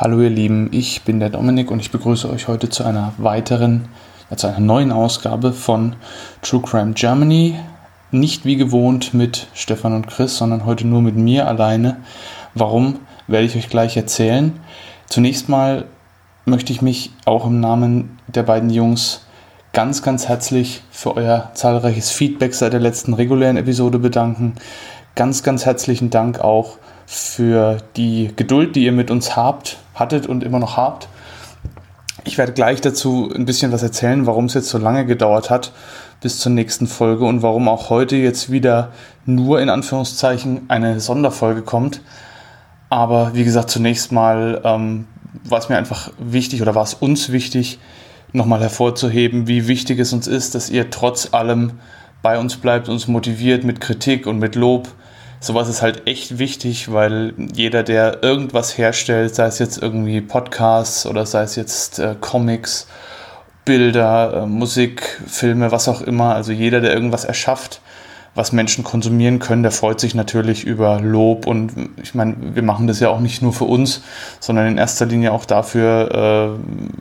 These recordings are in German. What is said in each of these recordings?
Hallo ihr Lieben, ich bin der Dominik und ich begrüße euch heute zu einer neuen Ausgabe von True Crime Germany. Nicht wie gewohnt mit Stefan und Chris, sondern heute nur mit mir alleine. Warum, werde ich euch gleich erzählen. Zunächst mal möchte ich mich auch im Namen der beiden Jungs ganz, ganz herzlich für euer zahlreiches Feedback seit der letzten regulären Episode bedanken. Ganz, ganz herzlichen Dank auch für die Geduld, die ihr mit uns hattet und immer noch habt. Ich werde gleich dazu ein bisschen was erzählen, warum es jetzt so lange gedauert hat bis zur nächsten Folge und warum auch heute jetzt wieder nur in Anführungszeichen eine Sonderfolge kommt. Aber wie gesagt, zunächst mal war es uns wichtig, nochmal hervorzuheben, wie wichtig es uns ist, dass ihr trotz allem bei uns bleibt, uns motiviert mit Kritik und mit Lob. Sowas ist halt echt wichtig, weil jeder, der irgendwas herstellt, sei es jetzt irgendwie Podcasts oder sei es jetzt Comics, Bilder, Musik, Filme, was auch immer, also jeder, der irgendwas erschafft, was Menschen konsumieren können, der freut sich natürlich über Lob und ich meine, wir machen das ja auch nicht nur für uns, sondern in erster Linie auch dafür,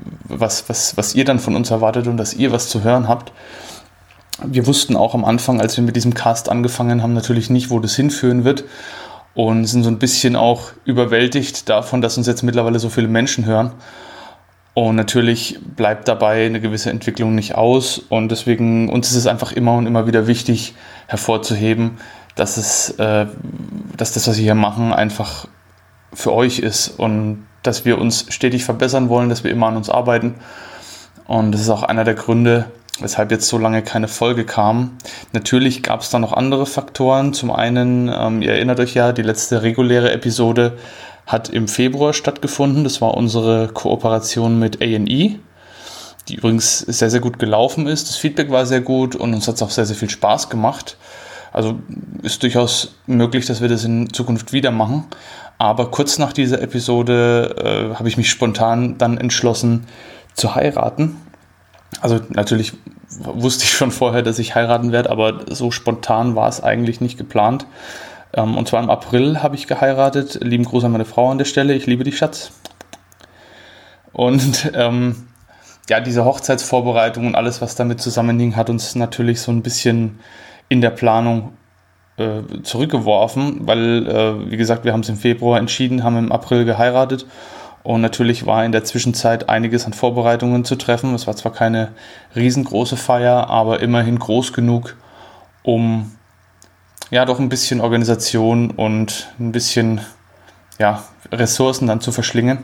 was ihr dann von uns erwartet und dass ihr was zu hören habt. Wir wussten auch am Anfang, als wir mit diesem Cast angefangen haben, natürlich nicht, wo das hinführen wird und sind so ein bisschen auch überwältigt davon, dass uns jetzt mittlerweile so viele Menschen hören. Und natürlich bleibt dabei eine gewisse Entwicklung nicht aus und deswegen uns ist es einfach immer und immer wieder wichtig hervorzuheben, dass das, was wir hier machen, einfach für euch ist und dass wir uns stetig verbessern wollen, dass wir immer an uns arbeiten. Und das ist auch einer der Gründe, weshalb jetzt so lange keine Folge kam. Natürlich gab es da noch andere Faktoren. Zum einen, ihr erinnert euch ja, die letzte reguläre Episode hat im Februar stattgefunden. Das war unsere Kooperation mit A&E, die übrigens sehr, sehr gut gelaufen ist. Das Feedback war sehr gut und uns hat es auch sehr, sehr viel Spaß gemacht. Also ist durchaus möglich, dass wir das in Zukunft wieder machen. Aber kurz nach dieser Episode habe ich mich spontan dann entschlossen zu heiraten. Also natürlich wusste ich schon vorher, dass ich heiraten werde, aber so spontan war es eigentlich nicht geplant. Und zwar im April habe ich geheiratet. Lieben Gruß an meine Frau an der Stelle. Ich liebe dich, Schatz. Und diese Hochzeitsvorbereitung und alles, was damit zusammenhing, hat uns natürlich so ein bisschen in der Planung zurückgeworfen, weil, wie gesagt, wir haben es im Februar entschieden, haben im April geheiratet. Und natürlich war in der Zwischenzeit einiges an Vorbereitungen zu treffen. Es war zwar keine riesengroße Feier, aber immerhin groß genug, um doch ein bisschen Organisation und ein bisschen Ressourcen dann zu verschlingen.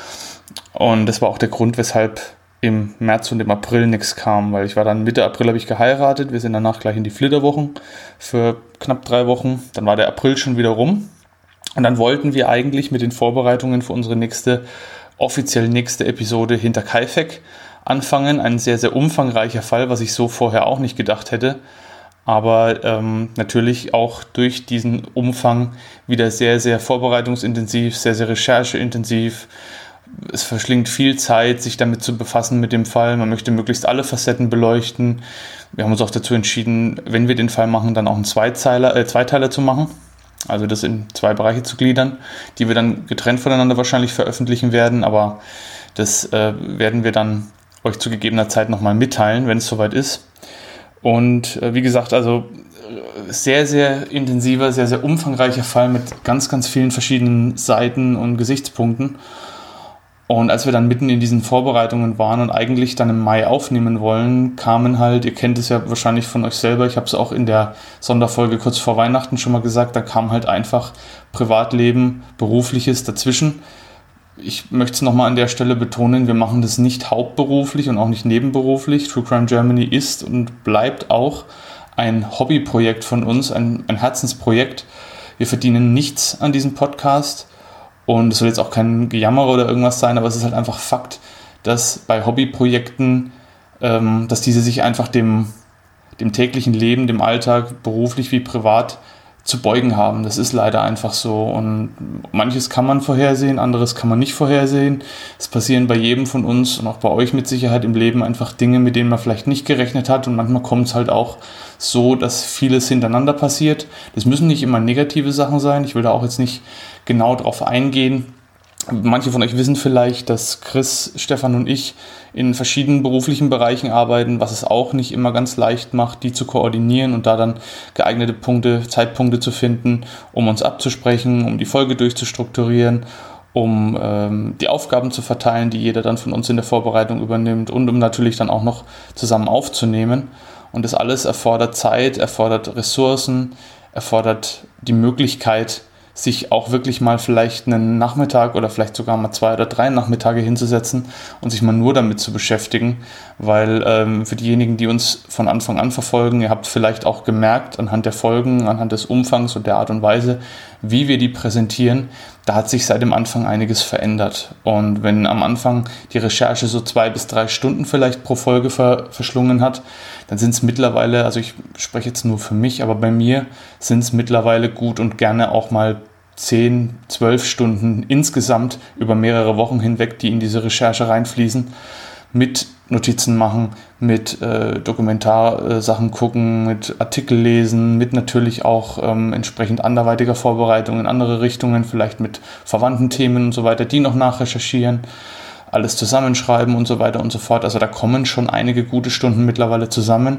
Und das war auch der Grund, weshalb im März und im April nichts kam, weil ich war dann Mitte April habe ich geheiratet. Wir sind danach gleich in die Flitterwochen für knapp 3 Wochen. Dann war der April schon wieder rum. Und dann wollten wir eigentlich mit den Vorbereitungen für unsere offiziell nächste Episode hinter Kaifek anfangen. Ein sehr, sehr umfangreicher Fall, was ich so vorher auch nicht gedacht hätte. Aber natürlich auch durch diesen Umfang wieder sehr, sehr vorbereitungsintensiv, sehr, sehr rechercheintensiv. Es verschlingt viel Zeit, sich damit zu befassen mit dem Fall. Man möchte möglichst alle Facetten beleuchten. Wir haben uns auch dazu entschieden, wenn wir den Fall machen, dann auch einen Zweiteiler zu machen. Also das in 2 Bereiche zu gliedern, die wir dann getrennt voneinander wahrscheinlich veröffentlichen werden, aber das werden wir dann euch zu gegebener Zeit nochmal mitteilen, wenn es soweit ist. Und wie gesagt, also sehr, sehr intensiver, sehr, sehr umfangreicher Fall mit ganz, ganz vielen verschiedenen Seiten und Gesichtspunkten. Und als wir dann mitten in diesen Vorbereitungen waren und eigentlich dann im Mai aufnehmen wollen, kamen halt, ihr kennt es ja wahrscheinlich von euch selber, ich habe es auch in der Sonderfolge kurz vor Weihnachten schon mal gesagt, da kam halt einfach Privatleben, Berufliches dazwischen. Ich möchte es nochmal an der Stelle betonen, wir machen das nicht hauptberuflich und auch nicht nebenberuflich. True Crime Germany ist und bleibt auch ein Hobbyprojekt von uns, ein Herzensprojekt. Wir verdienen nichts an diesem Podcast. Und es soll jetzt auch kein Gejammer oder irgendwas sein, aber es ist halt einfach Fakt, dass bei Hobbyprojekten, dass diese sich einfach dem täglichen Leben, dem Alltag, beruflich wie privat, zu beugen haben. Das ist leider einfach so. Und manches kann man vorhersehen, anderes kann man nicht vorhersehen. Es passieren bei jedem von uns und auch bei euch mit Sicherheit im Leben einfach Dinge, mit denen man vielleicht nicht gerechnet hat. Und manchmal kommt es halt auch so, dass vieles hintereinander passiert. Das müssen nicht immer negative Sachen sein. Ich will da auch jetzt nicht genau drauf eingehen. Manche von euch wissen vielleicht, dass Chris, Stefan und ich in verschiedenen beruflichen Bereichen arbeiten, was es auch nicht immer ganz leicht macht, die zu koordinieren und da dann geeignete Zeitpunkte zu finden, um uns abzusprechen, um die Folge durchzustrukturieren, um die Aufgaben zu verteilen, die jeder dann von uns in der Vorbereitung übernimmt und um natürlich dann auch noch zusammen aufzunehmen. Und das alles erfordert Zeit, erfordert Ressourcen, erfordert die Möglichkeit, sich auch wirklich mal vielleicht einen Nachmittag oder vielleicht sogar mal 2 oder 3 Nachmittage hinzusetzen und sich mal nur damit zu beschäftigen, weil für diejenigen, die uns von Anfang an verfolgen, ihr habt vielleicht auch gemerkt, anhand der Folgen, anhand des Umfangs und der Art und Weise, wie wir die präsentieren, da hat sich seit dem Anfang einiges verändert. Und wenn am Anfang die Recherche so 2 bis 3 Stunden vielleicht pro Folge verschlungen hat, dann sind es mittlerweile, also ich spreche jetzt nur für mich, aber bei mir sind es mittlerweile gut und gerne auch mal 10, 12 Stunden insgesamt über mehrere Wochen hinweg, die in diese Recherche reinfließen, mit Notizen machen, mit Dokumentarsachen gucken, mit Artikel lesen, mit natürlich auch entsprechend anderweitiger Vorbereitung in andere Richtungen, vielleicht mit verwandten Themen und so weiter, die noch nachrecherchieren, alles zusammenschreiben und so weiter und so fort. Also da kommen schon einige gute Stunden mittlerweile zusammen.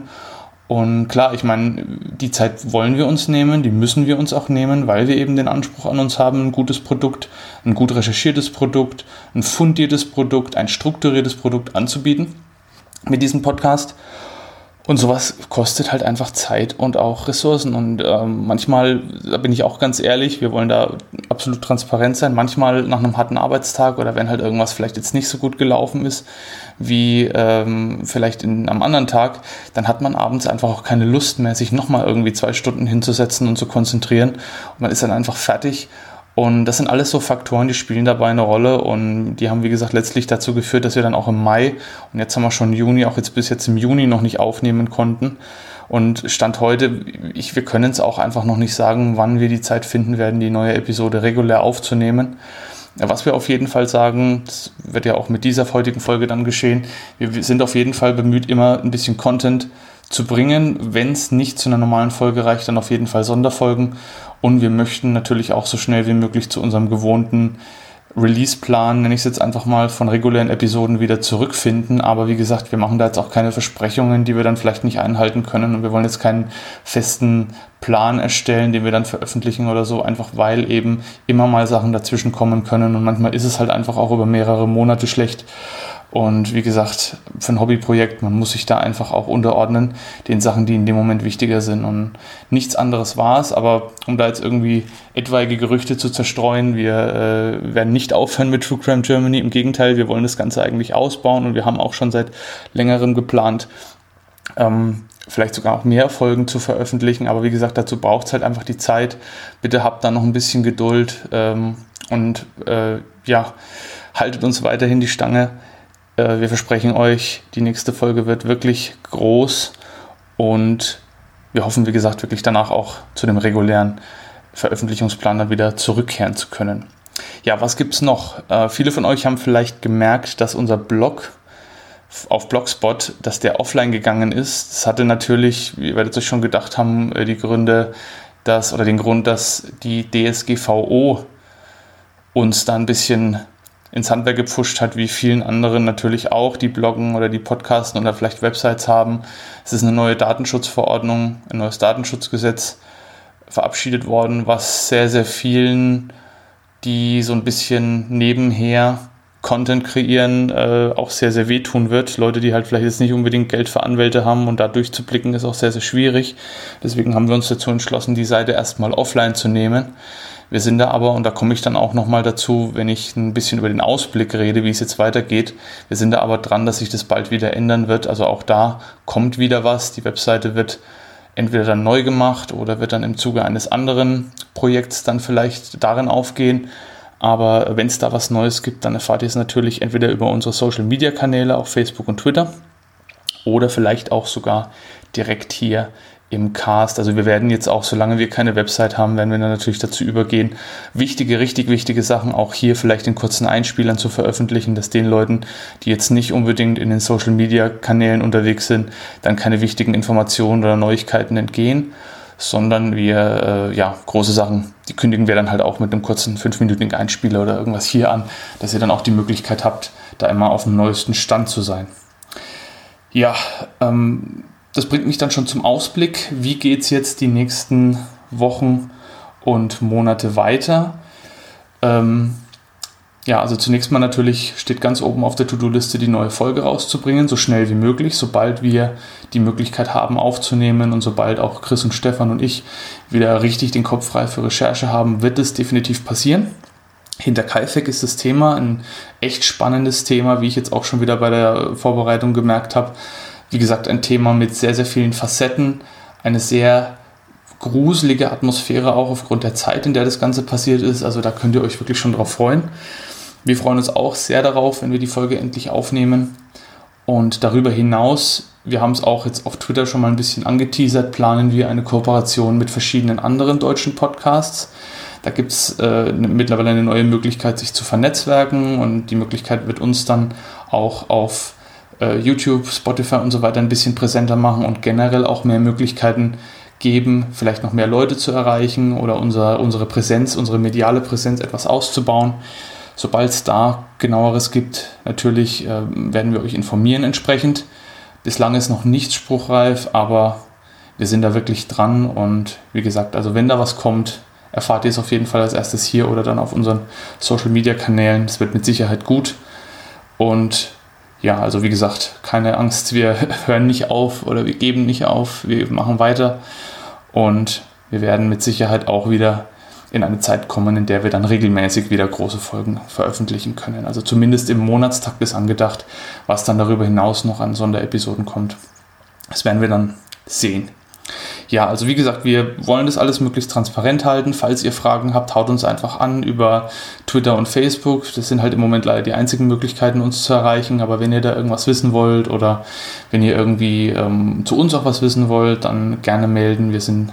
Und klar, ich meine, die Zeit wollen wir uns nehmen, die müssen wir uns auch nehmen, weil wir eben den Anspruch an uns haben, ein gutes Produkt, ein gut recherchiertes Produkt, ein fundiertes Produkt, ein strukturiertes Produkt anzubieten mit diesem Podcast. Und sowas kostet halt einfach Zeit und auch Ressourcen. Und manchmal, da bin ich auch ganz ehrlich, wir wollen da absolut transparent sein, manchmal nach einem harten Arbeitstag oder wenn halt irgendwas vielleicht jetzt nicht so gut gelaufen ist, wie vielleicht am anderen Tag, dann hat man abends einfach auch keine Lust mehr, sich nochmal irgendwie 2 Stunden hinzusetzen und zu konzentrieren. Und man ist dann einfach fertig. Und das sind alles so Faktoren, die spielen dabei eine Rolle und die haben, wie gesagt, letztlich dazu geführt, dass wir dann auch im Mai und jetzt haben wir schon Juni, auch jetzt bis jetzt im Juni noch nicht aufnehmen konnten. Und Stand heute, wir können es auch einfach noch nicht sagen, wann wir die Zeit finden werden, die neue Episode regulär aufzunehmen. Was wir auf jeden Fall sagen, das wird ja auch mit dieser heutigen Folge dann geschehen, wir sind auf jeden Fall bemüht, immer ein bisschen Content zu bringen. Wenn es nicht zu einer normalen Folge reicht, dann auf jeden Fall Sonderfolgen. Und wir möchten natürlich auch so schnell wie möglich zu unserem gewohnten Release-Plan, nenne ich es jetzt einfach mal, von regulären Episoden wieder zurückfinden. Aber wie gesagt, wir machen da jetzt auch keine Versprechungen, die wir dann vielleicht nicht einhalten können. Und wir wollen jetzt keinen festen Plan erstellen, den wir dann veröffentlichen oder so, einfach weil eben immer mal Sachen dazwischen kommen können. Und manchmal ist es halt einfach auch über mehrere Monate schlecht. Und wie gesagt, für ein Hobbyprojekt, man muss sich da einfach auch unterordnen, den Sachen, die in dem Moment wichtiger sind. Und nichts anderes war es, aber um da jetzt irgendwie etwaige Gerüchte zu zerstreuen, wir werden nicht aufhören mit True Crime Germany. Im Gegenteil, wir wollen das Ganze eigentlich ausbauen und wir haben auch schon seit längerem geplant, vielleicht sogar auch mehr Folgen zu veröffentlichen. Aber wie gesagt, dazu braucht es halt einfach die Zeit. Bitte habt da noch ein bisschen Geduld und haltet uns weiterhin die Stange. Wir versprechen euch, die nächste Folge wird wirklich groß und wir hoffen, wie gesagt, wirklich danach auch zu dem regulären Veröffentlichungsplan dann wieder zurückkehren zu können. Ja, was gibt's noch? Viele von euch haben vielleicht gemerkt, dass unser Blog auf Blogspot, dass der offline gegangen ist. Das hatte natürlich, ihr werdet euch schon gedacht haben, den Grund, dass die DSGVO uns da ein bisschen ins Handwerk gepfuscht hat, wie vielen anderen natürlich auch, die bloggen oder die podcasten oder vielleicht Websites haben. Es ist eine neue Datenschutzverordnung, ein neues Datenschutzgesetz verabschiedet worden, was sehr, sehr vielen, die so ein bisschen nebenher Content kreieren, auch sehr, sehr wehtun wird. Leute, die halt vielleicht jetzt nicht unbedingt Geld für Anwälte haben und da durchzublicken, ist auch sehr, sehr schwierig. Deswegen haben wir uns dazu entschlossen, die Seite erstmal offline zu nehmen. Wir sind da aber, und da komme ich dann auch nochmal dazu, wenn ich ein bisschen über den Ausblick rede, wie es jetzt weitergeht, wir sind da aber dran, dass sich das bald wieder ändern wird. Also auch da kommt wieder was. Die Webseite wird entweder dann neu gemacht oder wird dann im Zuge eines anderen Projekts dann vielleicht darin aufgehen. Aber wenn es da was Neues gibt, dann erfahrt ihr es natürlich entweder über unsere Social-Media-Kanäle auf Facebook und Twitter oder vielleicht auch sogar direkt hier im Cast. Also wir werden jetzt auch, solange wir keine Website haben, werden wir dann natürlich dazu übergehen, richtig wichtige Sachen auch hier vielleicht in kurzen Einspielern zu veröffentlichen, dass den Leuten, die jetzt nicht unbedingt in den Social-Media-Kanälen unterwegs sind, dann keine wichtigen Informationen oder Neuigkeiten entgehen, sondern wir große Sachen die kündigen wir dann halt auch mit einem kurzen 5-minütigen Einspieler oder irgendwas hier an, dass ihr dann auch die Möglichkeit habt, da immer auf dem neuesten Stand zu sein. Ja, das bringt mich dann schon zum Ausblick. Wie geht es jetzt die nächsten Wochen und Monate weiter? Ja, also zunächst mal natürlich steht ganz oben auf der To-Do-Liste, die neue Folge rauszubringen, so schnell wie möglich, sobald wir die Möglichkeit haben aufzunehmen und sobald auch Chris und Stefan und ich wieder richtig den Kopf frei für Recherche haben, wird es definitiv passieren. Hinterkaifeck ist das Thema, ein echt spannendes Thema, wie ich jetzt auch schon wieder bei der Vorbereitung gemerkt habe. Wie gesagt, ein Thema mit sehr, sehr vielen Facetten, eine sehr gruselige Atmosphäre auch aufgrund der Zeit, in der das Ganze passiert ist. Also da könnt ihr euch wirklich schon drauf freuen. Wir freuen uns auch sehr darauf, wenn wir die Folge endlich aufnehmen. Und darüber hinaus, wir haben es auch jetzt auf Twitter schon mal ein bisschen angeteasert, planen wir eine Kooperation mit verschiedenen anderen deutschen Podcasts. Da gibt es mittlerweile eine neue Möglichkeit, sich zu vernetzwerken, und die Möglichkeit wird uns dann auch auf YouTube, Spotify und so weiter ein bisschen präsenter machen und generell auch mehr Möglichkeiten geben, vielleicht noch mehr Leute zu erreichen oder unsere Präsenz, unsere mediale Präsenz etwas auszubauen. Sobald es da genaueres gibt, natürlich werden wir euch informieren entsprechend. Bislang ist noch nichts spruchreif, aber wir sind da wirklich dran, und wie gesagt, also wenn da was kommt, erfahrt ihr es auf jeden Fall als erstes hier oder dann auf unseren Social-Media-Kanälen. Es wird mit Sicherheit gut, und ja, also wie gesagt, keine Angst, wir hören nicht auf oder wir geben nicht auf, wir machen weiter, und wir werden mit Sicherheit auch wieder in eine Zeit kommen, in der wir dann regelmäßig wieder große Folgen veröffentlichen können. Also zumindest im Monatstakt ist angedacht. Was dann darüber hinaus noch an Sonderepisoden kommt, das werden wir dann sehen. Ja, also wie gesagt, wir wollen das alles möglichst transparent halten. Falls ihr Fragen habt, haut uns einfach an über Twitter und Facebook. Das sind halt im Moment leider die einzigen Möglichkeiten, uns zu erreichen. Aber wenn ihr da irgendwas wissen wollt oder wenn ihr irgendwie zu uns auch was wissen wollt, dann gerne melden. Wir sind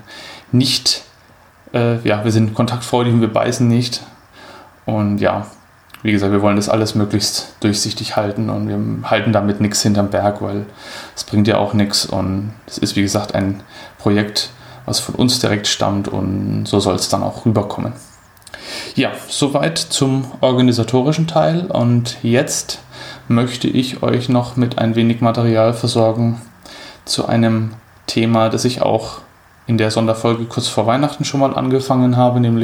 wir sind kontaktfreudig und wir beißen nicht. Und ja, wie gesagt, wir wollen das alles möglichst durchsichtig halten, und wir halten damit nichts hinterm Berg, weil es bringt ja auch nichts, und es ist, wie gesagt, ein Projekt, was von uns direkt stammt, und so soll es dann auch rüberkommen. Ja, soweit zum organisatorischen Teil, und jetzt möchte ich euch noch mit ein wenig Material versorgen zu einem Thema, das ich auch in der Sonderfolge kurz vor Weihnachten schon mal angegangen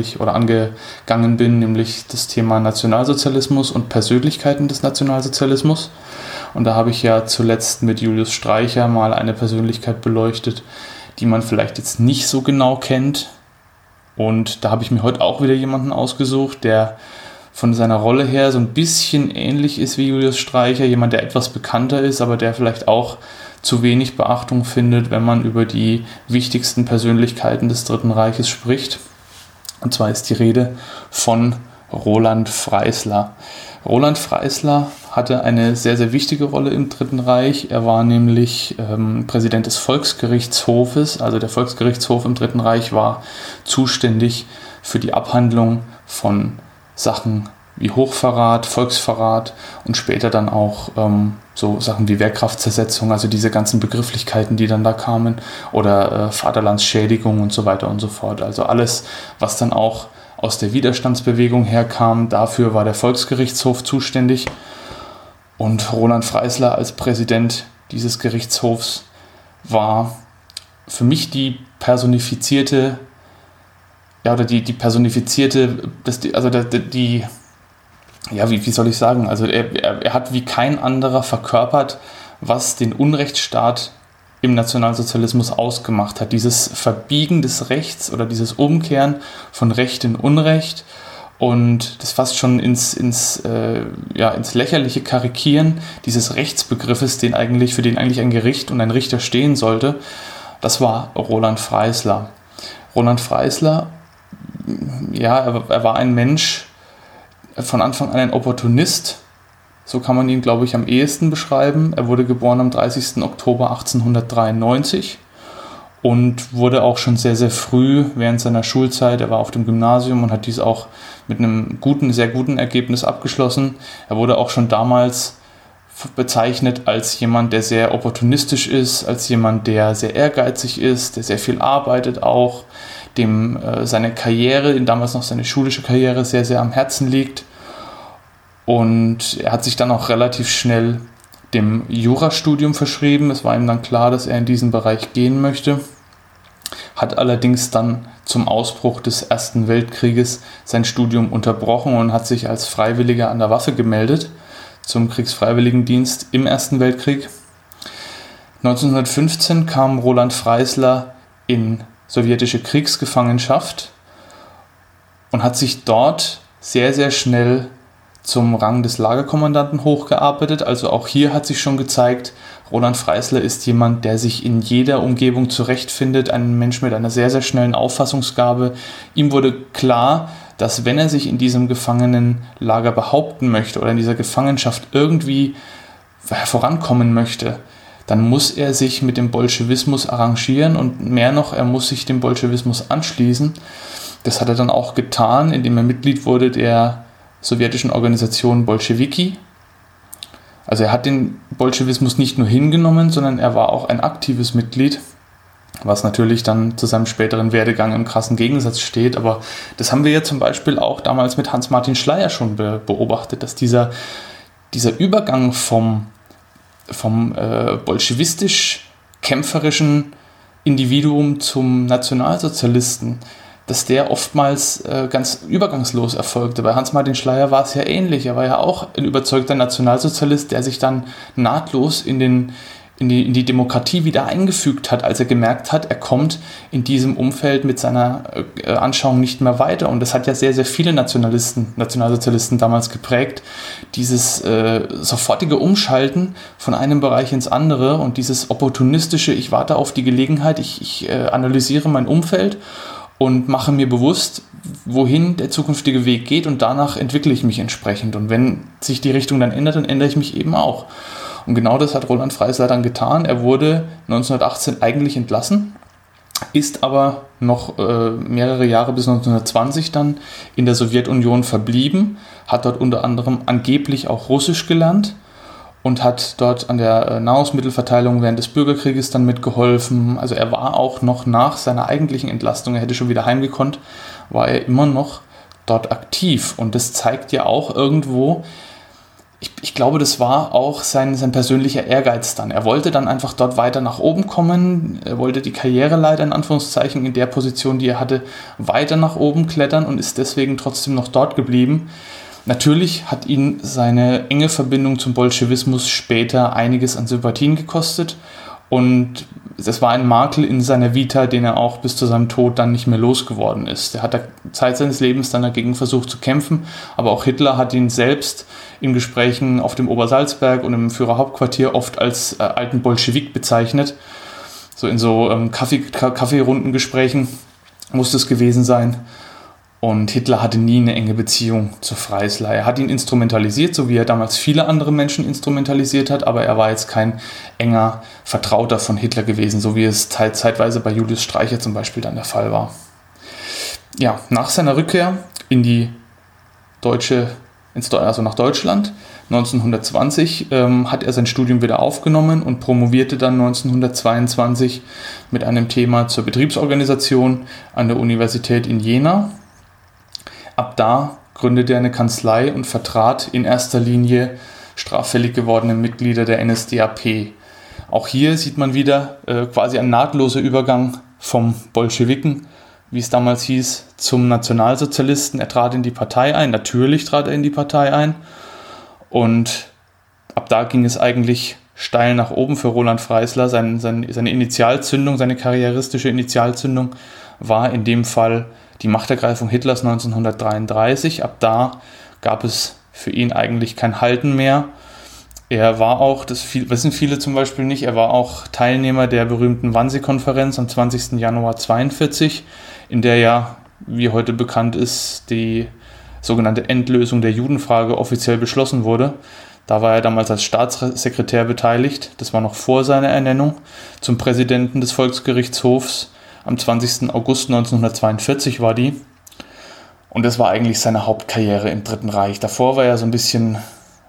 bin, nämlich das Thema Nationalsozialismus und Persönlichkeiten des Nationalsozialismus. Und da habe ich ja zuletzt mit Julius Streicher mal eine Persönlichkeit beleuchtet, die man vielleicht jetzt nicht so genau kennt. Und da habe ich mir heute auch wieder jemanden ausgesucht, der von seiner Rolle her so ein bisschen ähnlich ist wie Julius Streicher, jemand, der etwas bekannter ist, aber der vielleicht auch zu wenig Beachtung findet, wenn man über die wichtigsten Persönlichkeiten des Dritten Reiches spricht. Und zwar ist die Rede von Roland Freisler. Roland Freisler hatte eine sehr, sehr wichtige Rolle im Dritten Reich. Er war nämlich Präsident des Volksgerichtshofes. Also der Volksgerichtshof im Dritten Reich war zuständig für die Abhandlung von Sachen wie Hochverrat, Volksverrat und später dann auch so Sachen wie Wehrkraftzersetzung, also diese ganzen Begrifflichkeiten, die dann da kamen, oder Vaterlandsschädigung und so weiter und so fort. Also alles, was dann auch aus der Widerstandsbewegung herkam, dafür war der Volksgerichtshof zuständig. Und Roland Freisler als Präsident dieses Gerichtshofs war für mich die personifizierte, wie soll ich sagen, also er hat wie kein anderer verkörpert, was den Unrechtsstaat im Nationalsozialismus ausgemacht hat. Dieses Verbiegen des Rechts oder dieses Umkehren von Recht in Unrecht und das fast schon ins lächerliche Karikieren dieses Rechtsbegriffes, für den eigentlich ein Gericht und ein Richter stehen sollte, das war Roland Freisler. Roland Freisler, er war ein Mensch, von Anfang an ein Opportunist, so kann man ihn, glaube ich, am ehesten beschreiben. Er wurde geboren am 30. Oktober 1893 und wurde auch schon sehr, sehr früh während seiner Schulzeit, er war auf dem Gymnasium und hat dies auch mit einem sehr guten Ergebnis abgeschlossen. Er wurde auch schon damals bezeichnet als jemand, der sehr opportunistisch ist, als jemand, der sehr ehrgeizig ist, der sehr viel arbeitet auch, dem seine Karriere, damals noch seine schulische Karriere, sehr, sehr am Herzen liegt. Und er hat sich dann auch relativ schnell dem Jurastudium verschrieben. Es war ihm dann klar, dass er in diesen Bereich gehen möchte. Hat allerdings dann zum Ausbruch des Ersten Weltkrieges sein Studium unterbrochen und hat sich als Freiwilliger an der Waffe gemeldet zum Kriegsfreiwilligendienst im Ersten Weltkrieg. 1915 kam Roland Freisler in sowjetische Kriegsgefangenschaft und hat sich dort sehr, sehr schnell zum Rang des Lagerkommandanten hochgearbeitet. Also auch hier hat sich schon gezeigt, Roland Freisler ist jemand, der sich in jeder Umgebung zurechtfindet, ein Mensch mit einer sehr, sehr schnellen Auffassungsgabe. Ihm wurde klar, dass wenn er sich in diesem Gefangenenlager behaupten möchte oder in dieser Gefangenschaft irgendwie vorankommen möchte, dann muss er sich mit dem Bolschewismus arrangieren und mehr noch, er muss sich dem Bolschewismus anschließen. Das hat er dann auch getan, indem er Mitglied wurde der sowjetischen Organisation Bolschewiki. Also er hat den Bolschewismus nicht nur hingenommen, sondern er war auch ein aktives Mitglied, was natürlich dann zu seinem späteren Werdegang im krassen Gegensatz steht. Aber das haben wir ja zum Beispiel auch damals mit Hans-Martin Schleyer schon beobachtet, dass dieser Übergang vom bolschewistisch-kämpferischen Individuum zum Nationalsozialisten, dass der oftmals ganz übergangslos erfolgte. Bei Hans-Martin Schleyer war es ja ähnlich. Er war ja auch ein überzeugter Nationalsozialist, der sich dann nahtlos in die Demokratie wieder eingefügt hat, als er gemerkt hat, er kommt in diesem Umfeld mit seiner Anschauung nicht mehr weiter. Und das hat ja sehr, sehr viele Nationalsozialisten damals geprägt. Dieses sofortige Umschalten von einem Bereich ins andere und dieses opportunistische, ich warte auf die Gelegenheit, ich analysiere mein Umfeld und mache mir bewusst, wohin der zukünftige Weg geht und danach entwickle ich mich entsprechend. Und wenn sich die Richtung dann ändert, dann ändere ich mich eben auch. Und genau das hat Roland Freisler dann getan. Er wurde 1918 eigentlich entlassen, ist aber noch mehrere Jahre bis 1920 dann in der Sowjetunion verblieben, hat dort unter anderem angeblich auch Russisch gelernt und hat dort an der Nahrungsmittelverteilung während des Bürgerkrieges dann mitgeholfen. Also er war auch noch nach seiner eigentlichen Entlastung, er hätte schon wieder heimgekonnt, war er immer noch dort aktiv. Und das zeigt ja auch irgendwo, ich glaube, das war auch sein persönlicher Ehrgeiz dann. Er wollte dann einfach dort weiter nach oben kommen, er wollte die Karriereleiter in Anführungszeichen in der Position, die er hatte, weiter nach oben klettern und ist deswegen trotzdem noch dort geblieben. Natürlich hat ihn seine enge Verbindung zum Bolschewismus später einiges an Sympathien gekostet und das war ein Makel in seiner Vita, den er auch bis zu seinem Tod dann nicht mehr losgeworden ist. Er hat der Zeit seines Lebens dann dagegen versucht zu kämpfen, aber auch Hitler hat ihn selbst in Gesprächen auf dem Obersalzberg und im Führerhauptquartier oft als alten Bolschewik bezeichnet. So in so Kaffeerundengesprächen muss das gewesen sein. Und Hitler hatte nie eine enge Beziehung zu Freisler. Er hat ihn instrumentalisiert, so wie er damals viele andere Menschen instrumentalisiert hat, aber er war jetzt kein enger Vertrauter von Hitler gewesen, so wie es zeitweise bei Julius Streicher zum Beispiel dann der Fall war. Ja, nach seiner Rückkehr nach Deutschland 1920 hat er sein Studium wieder aufgenommen und promovierte dann 1922 mit einem Thema zur Betriebsorganisation an der Universität in Jena. Ab da gründete er eine Kanzlei und vertrat in erster Linie straffällig gewordene Mitglieder der NSDAP. Auch hier sieht man wieder quasi ein nahtloser Übergang vom Bolschewiken, wie es damals hieß, zum Nationalsozialisten. Er trat in die Partei ein, natürlich trat er in die Partei ein und ab da ging es eigentlich steil nach oben für Roland Freisler. Seine Initialzündung, seine karrieristische Initialzündung war in dem Fall die Machtergreifung Hitlers 1933. Ab da gab es für ihn eigentlich kein Halten mehr. Er war auch, das wissen viele zum Beispiel nicht, er war auch Teilnehmer der berühmten Wannsee-Konferenz am 20. Januar 1942, in der ja, wie heute bekannt ist, die sogenannte Endlösung der Judenfrage offiziell beschlossen wurde. Da war er damals als Staatssekretär beteiligt, das war noch vor seiner Ernennung zum Präsidenten des Volksgerichtshofs. Am 20. August 1942 war die. Und das war eigentlich seine Hauptkarriere im Dritten Reich. Davor war er so ein bisschen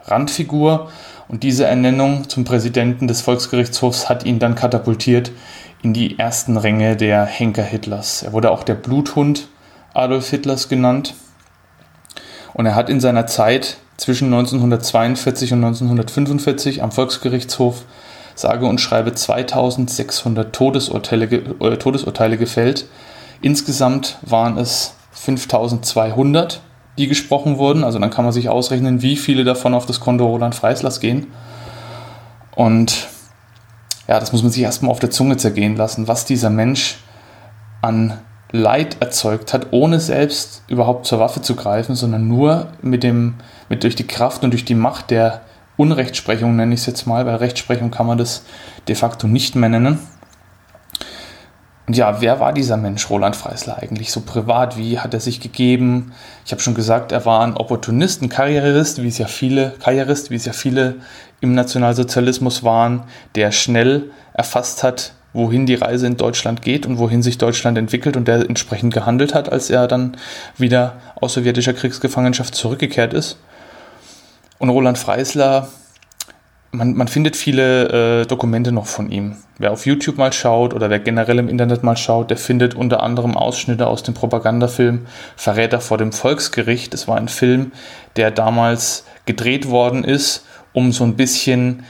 Randfigur und diese Ernennung zum Präsidenten des Volksgerichtshofs hat ihn dann katapultiert in die ersten Ränge der Henker Hitlers. Er wurde auch der Bluthund Adolf Hitlers genannt. Und er hat in seiner Zeit zwischen 1942 und 1945 am Volksgerichtshof sage und schreibe 2600 Todesurteile gefällt. Insgesamt waren es 5200, die gesprochen wurden. Also dann kann man sich ausrechnen, wie viele davon auf das Konto Roland Freislers gehen. Und ja, das muss man sich erstmal auf der Zunge zergehen lassen, was dieser Mensch an Leid erzeugt hat, ohne selbst überhaupt zur Waffe zu greifen, sondern nur durch die Kraft und durch die Macht der Unrechtsprechung, nenne ich es jetzt mal, weil Rechtsprechung kann man das de facto nicht mehr nennen. Und ja, wer war dieser Mensch, Roland Freisler, eigentlich so privat? Wie hat er sich gegeben? Ich habe schon gesagt, er war ein Opportunist, ein Karrierist, wie es ja viele im Nationalsozialismus waren, der schnell erfasst hat, wohin die Reise in Deutschland geht und wohin sich Deutschland entwickelt und der entsprechend gehandelt hat, als er dann wieder aus sowjetischer Kriegsgefangenschaft zurückgekehrt ist. Und Roland Freisler, man findet viele Dokumente noch von ihm. Wer auf YouTube mal schaut oder wer generell im Internet mal schaut, der findet unter anderem Ausschnitte aus dem Propagandafilm Verräter vor dem Volksgericht. Das war ein Film, der damals gedreht worden ist, um so ein bisschen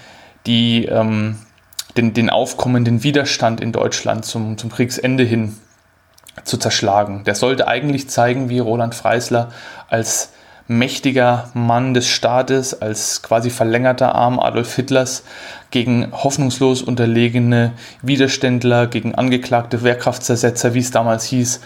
den aufkommenden Widerstand in Deutschland zum Kriegsende hin zu zerschlagen. Der sollte eigentlich zeigen, wie Roland Freisler als mächtiger Mann des Staates, als quasi verlängerter Arm Adolf Hitlers gegen hoffnungslos unterlegene Widerständler, gegen angeklagte Wehrkraftzersetzer, wie es damals hieß,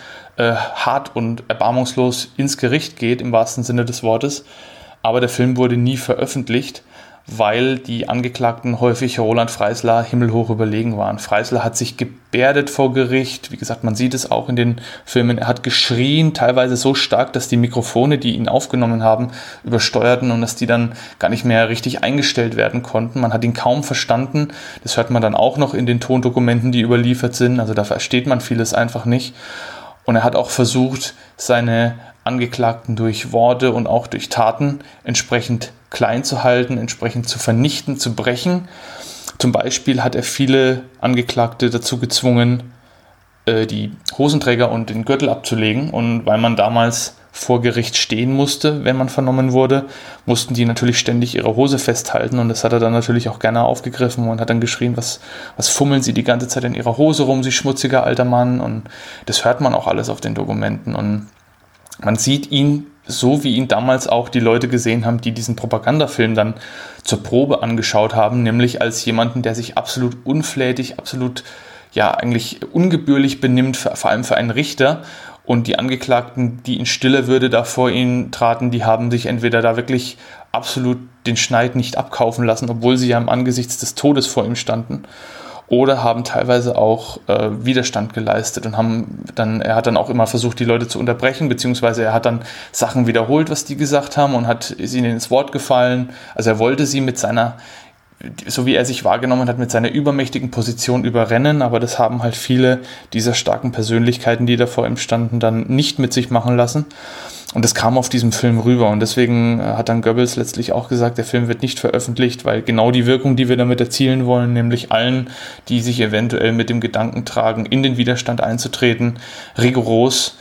hart und erbarmungslos ins Gericht geht, im wahrsten Sinne des Wortes. Aber der Film wurde nie veröffentlicht, weil die Angeklagten häufig Roland Freisler himmelhoch überlegen waren. Freisler hat sich gebärdet vor Gericht, wie gesagt, man sieht es auch in den Filmen, er hat geschrien, teilweise so stark, dass die Mikrofone, die ihn aufgenommen haben, übersteuerten und dass die dann gar nicht mehr richtig eingestellt werden konnten. Man hat ihn kaum verstanden, das hört man dann auch noch in den Tondokumenten, die überliefert sind, also da versteht man vieles einfach nicht. Und er hat auch versucht, seine Angeklagten durch Worte und auch durch Taten entsprechend klein zu halten, entsprechend zu vernichten, zu brechen. Zum Beispiel hat er viele Angeklagte dazu gezwungen, die Hosenträger und den Gürtel abzulegen. Und weil man damals vor Gericht stehen musste, wenn man vernommen wurde, mussten die natürlich ständig ihre Hose festhalten. Und das hat er dann natürlich auch gerne aufgegriffen und hat dann geschrien, was fummeln Sie die ganze Zeit in Ihrer Hose rum, Sie schmutziger alter Mann. Und das hört man auch alles auf den Dokumenten. Und man sieht ihn so, wie ihn damals auch die Leute gesehen haben, die diesen Propagandafilm dann zur Probe angeschaut haben, nämlich als jemanden, der sich absolut unflätig, absolut eigentlich ungebührlich benimmt, vor allem für einen Richter. Und die Angeklagten, die in stiller Würde da vor ihn traten, die haben sich entweder da wirklich absolut den Schneid nicht abkaufen lassen, obwohl sie ja im Angesicht des Todes vor ihm standen, oder haben teilweise auch Widerstand geleistet und er hat dann auch immer versucht, die Leute zu unterbrechen, beziehungsweise er hat dann Sachen wiederholt, was die gesagt haben und ist ihnen ins Wort gefallen. Also er wollte sie mit seiner, so wie er sich wahrgenommen hat, mit seiner übermächtigen Position überrennen, aber das haben halt viele dieser starken Persönlichkeiten, die da vor ihm standen, dann nicht mit sich machen lassen. Und das kam auf diesem Film rüber und deswegen hat dann Goebbels letztlich auch gesagt, der Film wird nicht veröffentlicht, weil genau die Wirkung, die wir damit erzielen wollen, nämlich allen, die sich eventuell mit dem Gedanken tragen, in den Widerstand einzutreten, rigoros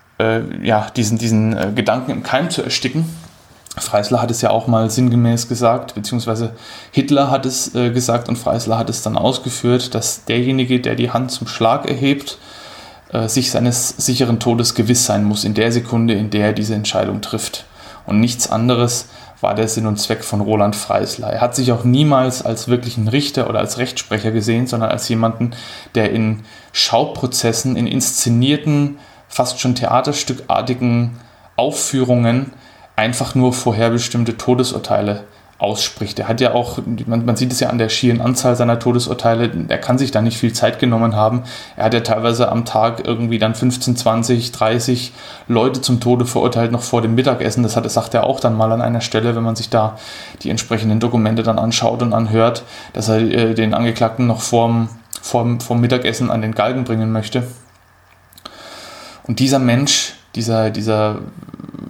diesen Gedanken im Keim zu ersticken. Freisler hat es ja auch mal sinngemäß gesagt, beziehungsweise Hitler hat es gesagt und Freisler hat es dann ausgeführt, dass derjenige, der die Hand zum Schlag erhebt, sich seines sicheren Todes gewiss sein muss in der Sekunde, in der er diese Entscheidung trifft. Und nichts anderes war der Sinn und Zweck von Roland Freisler. Er hat sich auch niemals als wirklichen Richter oder als Rechtsprecher gesehen, sondern als jemanden, der in Schauprozessen, in inszenierten, fast schon theaterstückartigen Aufführungen einfach nur vorherbestimmte Todesurteile ausspricht. Er hat ja auch, man sieht es ja an der schieren Anzahl seiner Todesurteile, er kann sich da nicht viel Zeit genommen haben. Er hat ja teilweise am Tag irgendwie dann 15, 20, 30 Leute zum Tode verurteilt, noch vor dem Mittagessen. Das sagt er auch dann mal an einer Stelle, wenn man sich da die entsprechenden Dokumente dann anschaut und anhört, dass er den Angeklagten noch vorm Mittagessen an den Galgen bringen möchte. Und dieser Mensch, dieser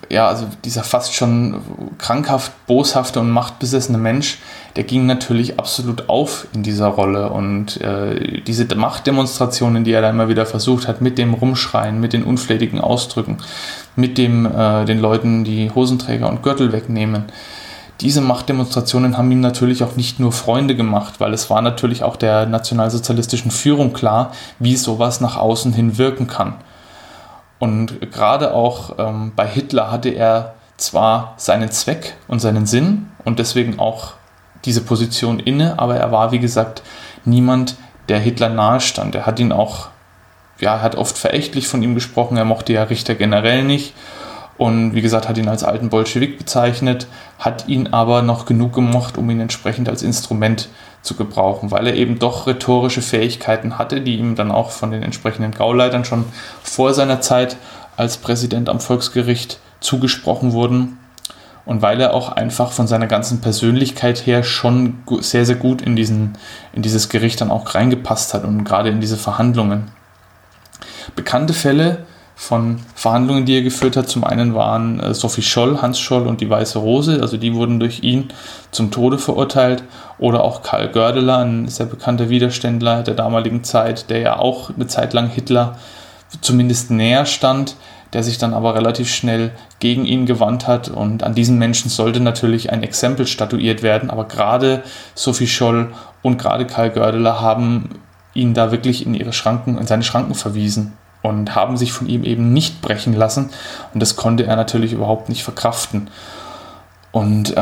also dieser fast schon krankhaft boshafte und machtbesessene Mensch, der ging natürlich absolut auf in dieser Rolle. Und diese Machtdemonstrationen, die er da immer wieder versucht hat, mit dem Rumschreien, mit den unflätigen Ausdrücken, mit dem den Leuten die Hosenträger und Gürtel wegnehmen, diese Machtdemonstrationen haben ihm natürlich auch nicht nur Freunde gemacht, weil es war natürlich auch der nationalsozialistischen Führung klar, wie sowas nach außen hin wirken kann. Und gerade auch bei Hitler hatte er zwar seinen Zweck und seinen Sinn und deswegen auch diese Position inne, aber er war, wie gesagt, niemand, der Hitler nahe stand. Er hat ihn auch, hat oft verächtlich von ihm gesprochen, er mochte ja Richter generell nicht. Und wie gesagt, hat ihn als alten Bolschewik bezeichnet, hat ihn aber noch genug gemocht, um ihn entsprechend als Instrument zu gebrauchen, weil er eben doch rhetorische Fähigkeiten hatte, die ihm dann auch von den entsprechenden Gauleitern schon vor seiner Zeit als Präsident am Volksgericht zugesprochen wurden und weil er auch einfach von seiner ganzen Persönlichkeit her schon sehr, sehr gut in dieses Gericht dann auch reingepasst hat und gerade in diese Verhandlungen. Bekannte Fälle von Verhandlungen, die er geführt hat. Zum einen waren Sophie Scholl, Hans Scholl und die Weiße Rose, also die wurden durch ihn zum Tode verurteilt. Oder auch Karl Gördeler, ein sehr bekannter Widerständler der damaligen Zeit, der ja auch eine Zeit lang Hitler zumindest näher stand, der sich dann aber relativ schnell gegen ihn gewandt hat. Und an diesen Menschen sollte natürlich ein Exempel statuiert werden. Aber gerade Sophie Scholl und gerade Karl Gördeler haben ihn da wirklich in seine Schranken verwiesen und haben sich von ihm eben nicht brechen lassen. Und das konnte er natürlich überhaupt nicht verkraften. Und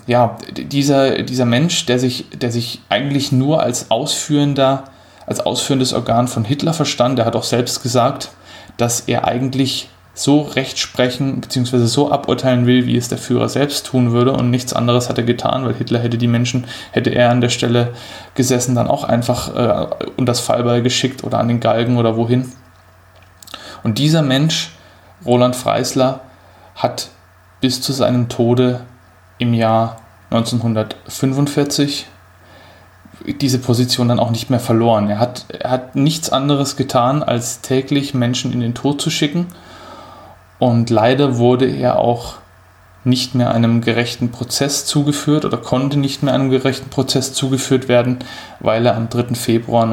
dieser Mensch, der sich eigentlich nur als ausführendes Organ von Hitler verstand, der hat auch selbst gesagt, dass er eigentlich so Recht sprechen bzw. so aburteilen will, wie es der Führer selbst tun würde und nichts anderes hat er getan, weil Hitler hätte er an der Stelle gesessen, dann auch einfach unter das Fallbeil geschickt oder an den Galgen oder wohin. Und dieser Mensch, Roland Freisler, hat bis zu seinem Tode im Jahr 1945 diese Position dann auch nicht mehr verloren. Er hat nichts anderes getan, als täglich Menschen in den Tod zu schicken. Und leider wurde er auch nicht mehr einem gerechten Prozess zugeführt oder konnte nicht mehr einem gerechten Prozess zugeführt werden, weil er am 3. Februar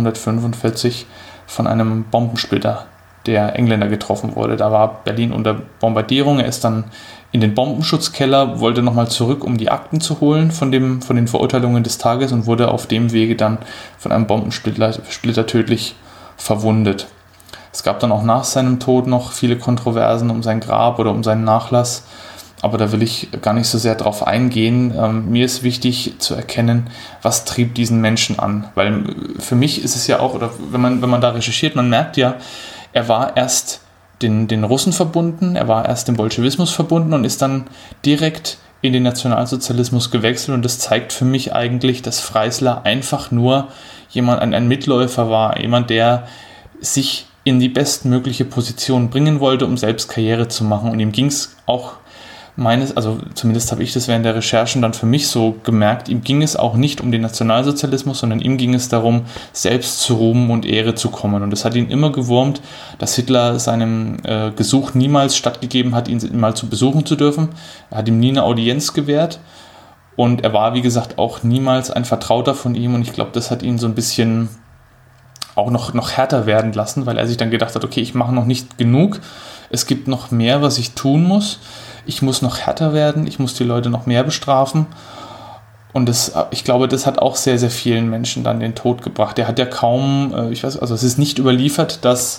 1945 von einem Bombensplitter der Engländer getroffen wurde. Da war Berlin unter Bombardierung. Er ist dann in den Bombenschutzkeller, wollte nochmal zurück, um die Akten zu holen von den Verurteilungen des Tages und wurde auf dem Wege dann von einem Bombensplitter tödlich verwundet. Es gab dann auch nach seinem Tod noch viele Kontroversen um sein Grab oder um seinen Nachlass, aber da will ich gar nicht so sehr drauf eingehen. Mir ist wichtig zu erkennen, was trieb diesen Menschen an, weil für mich ist es ja auch, oder wenn man da recherchiert, man merkt ja, er war erst den Russen verbunden, er war erst dem Bolschewismus verbunden und ist dann direkt in den Nationalsozialismus gewechselt und das zeigt für mich eigentlich, dass Freisler einfach nur ein Mitläufer war, jemand, der sich in die bestmögliche Position bringen wollte, um selbst Karriere zu machen und ihm ging es auch zumindest habe ich das während der Recherchen dann für mich so gemerkt, ihm ging es auch nicht um den Nationalsozialismus, sondern ihm ging es darum, selbst zu Ruhm und Ehre zu kommen. Und es hat ihn immer gewurmt, dass Hitler seinem Gesuch niemals stattgegeben hat, ihn mal zu besuchen zu dürfen. Er hat ihm nie eine Audienz gewährt und er war, wie gesagt, auch niemals ein Vertrauter von ihm und ich glaube, das hat ihn so ein bisschen auch noch härter werden lassen, weil er sich dann gedacht hat, okay, ich mache noch nicht genug, es gibt noch mehr, was ich tun muss. Ich muss noch härter werden, ich muss die Leute noch mehr bestrafen. Und ich glaube, das hat auch sehr, sehr vielen Menschen dann den Tod gebracht. Der hat ja kaum, es ist nicht überliefert, dass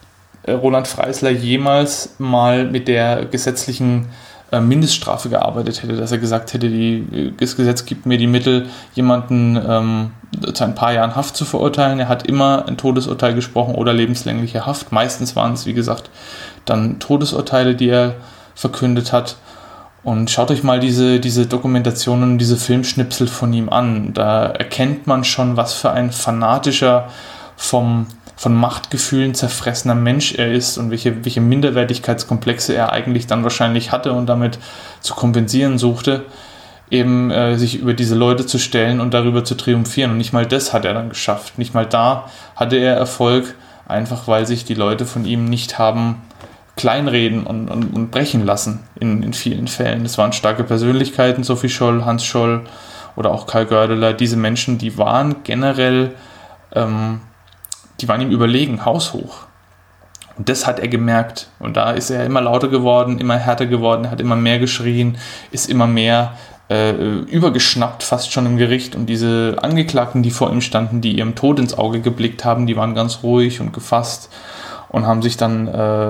Roland Freisler jemals mal mit der gesetzlichen Mindeststrafe gearbeitet hätte, dass er gesagt hätte, das Gesetz gibt mir die Mittel, jemanden zu ein paar Jahren Haft zu verurteilen. Er hat immer ein Todesurteil gesprochen oder lebenslängliche Haft. Meistens waren es, wie gesagt, dann Todesurteile, die er verkündet hat. Und schaut euch mal diese Dokumentationen und diese Filmschnipsel von ihm an. Da erkennt man schon, was für ein fanatischer, von Machtgefühlen zerfressener Mensch er ist und welche Minderwertigkeitskomplexe er eigentlich dann wahrscheinlich hatte und damit zu kompensieren suchte, eben sich über diese Leute zu stellen und darüber zu triumphieren. Und nicht mal das hat er dann geschafft. Nicht mal da hatte er Erfolg, einfach weil sich die Leute von ihm nicht haben kleinreden und brechen lassen in vielen Fällen. Das waren starke Persönlichkeiten, Sophie Scholl, Hans Scholl oder auch Kai Gördeler. Diese Menschen, die waren generell, die waren ihm überlegen, haushoch. Und das hat er gemerkt. Und da ist er immer lauter geworden, immer härter geworden, hat immer mehr geschrien, ist immer mehr übergeschnappt, fast schon im Gericht. Und diese Angeklagten, die vor ihm standen, die ihrem Tod ins Auge geblickt haben, die waren ganz ruhig und gefasst und haben sich dann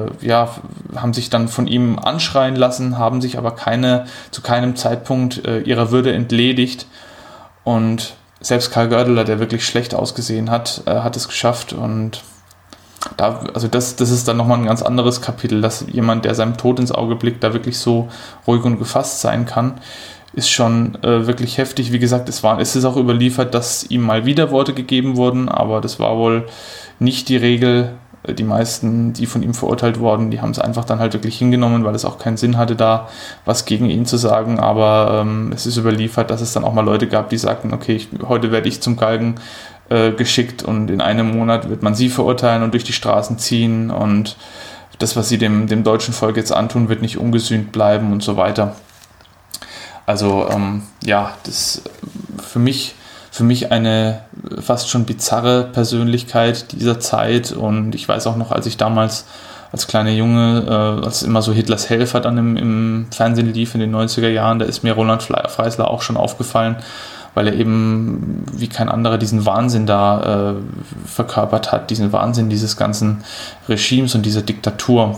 von ihm anschreien lassen, haben sich aber zu keinem Zeitpunkt ihrer Würde entledigt. Und selbst Kai Gördeler, der wirklich schlecht ausgesehen hat, hat es geschafft. Und das ist dann nochmal ein ganz anderes Kapitel, dass jemand, der seinem Tod ins Auge blickt, da wirklich so ruhig und gefasst sein kann, ist schon wirklich heftig. Wie gesagt, es ist auch überliefert, dass ihm mal wieder Worte gegeben wurden, aber das war wohl nicht die Regel. Die meisten, die von ihm verurteilt wurden, die haben es einfach dann halt wirklich hingenommen, weil es auch keinen Sinn hatte, da was gegen ihn zu sagen. Aber es ist überliefert, dass es dann auch mal Leute gab, die sagten, okay, heute werde ich zum Galgen geschickt und in einem Monat wird man sie verurteilen und durch die Straßen ziehen und das, was sie dem deutschen Volk jetzt antun, wird nicht ungesühnt bleiben und so weiter. Also das für mich eine fast schon bizarre Persönlichkeit dieser Zeit. Und ich weiß auch noch, als ich damals als kleiner Junge, als immer so Hitlers Helfer dann im Fernsehen lief in den 90er Jahren, da ist mir Roland Freisler auch schon aufgefallen, weil er eben wie kein anderer diesen Wahnsinn da verkörpert hat, diesen Wahnsinn dieses ganzen Regimes und dieser Diktatur.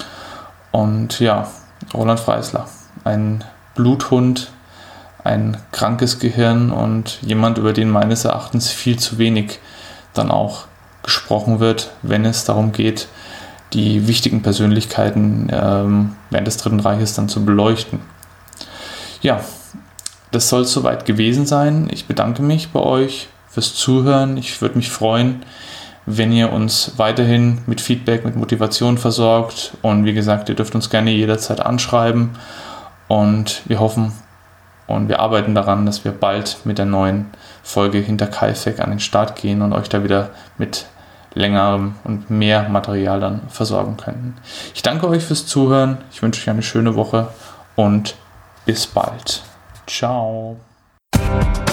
Und ja, Roland Freisler, ein Bluthund, ein krankes Gehirn und jemand, über den meines Erachtens viel zu wenig dann auch gesprochen wird, wenn es darum geht, die wichtigen Persönlichkeiten während des Dritten Reiches dann zu beleuchten. Ja, das soll es soweit gewesen sein. Ich bedanke mich bei euch fürs Zuhören. Ich würde mich freuen, wenn ihr uns weiterhin mit Feedback, mit Motivation versorgt. Und wie gesagt, ihr dürft uns gerne jederzeit anschreiben. Und wir hoffen und wir arbeiten daran, dass wir bald mit der neuen Folge Hinter Kaifek an den Start gehen und euch da wieder mit längerem und mehr Material dann versorgen können. Ich danke euch fürs Zuhören. Ich wünsche euch eine schöne Woche und bis bald. Ciao.